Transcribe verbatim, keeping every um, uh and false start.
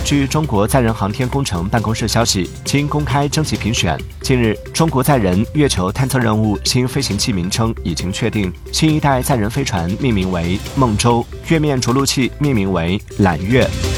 据中国载人航天工程办公室消息，经公开征集评选，近日，中国载人月球探测任务新飞行器名称已经确定，新一代载人飞船命名为梦舟，月面着陆器命名为揽月。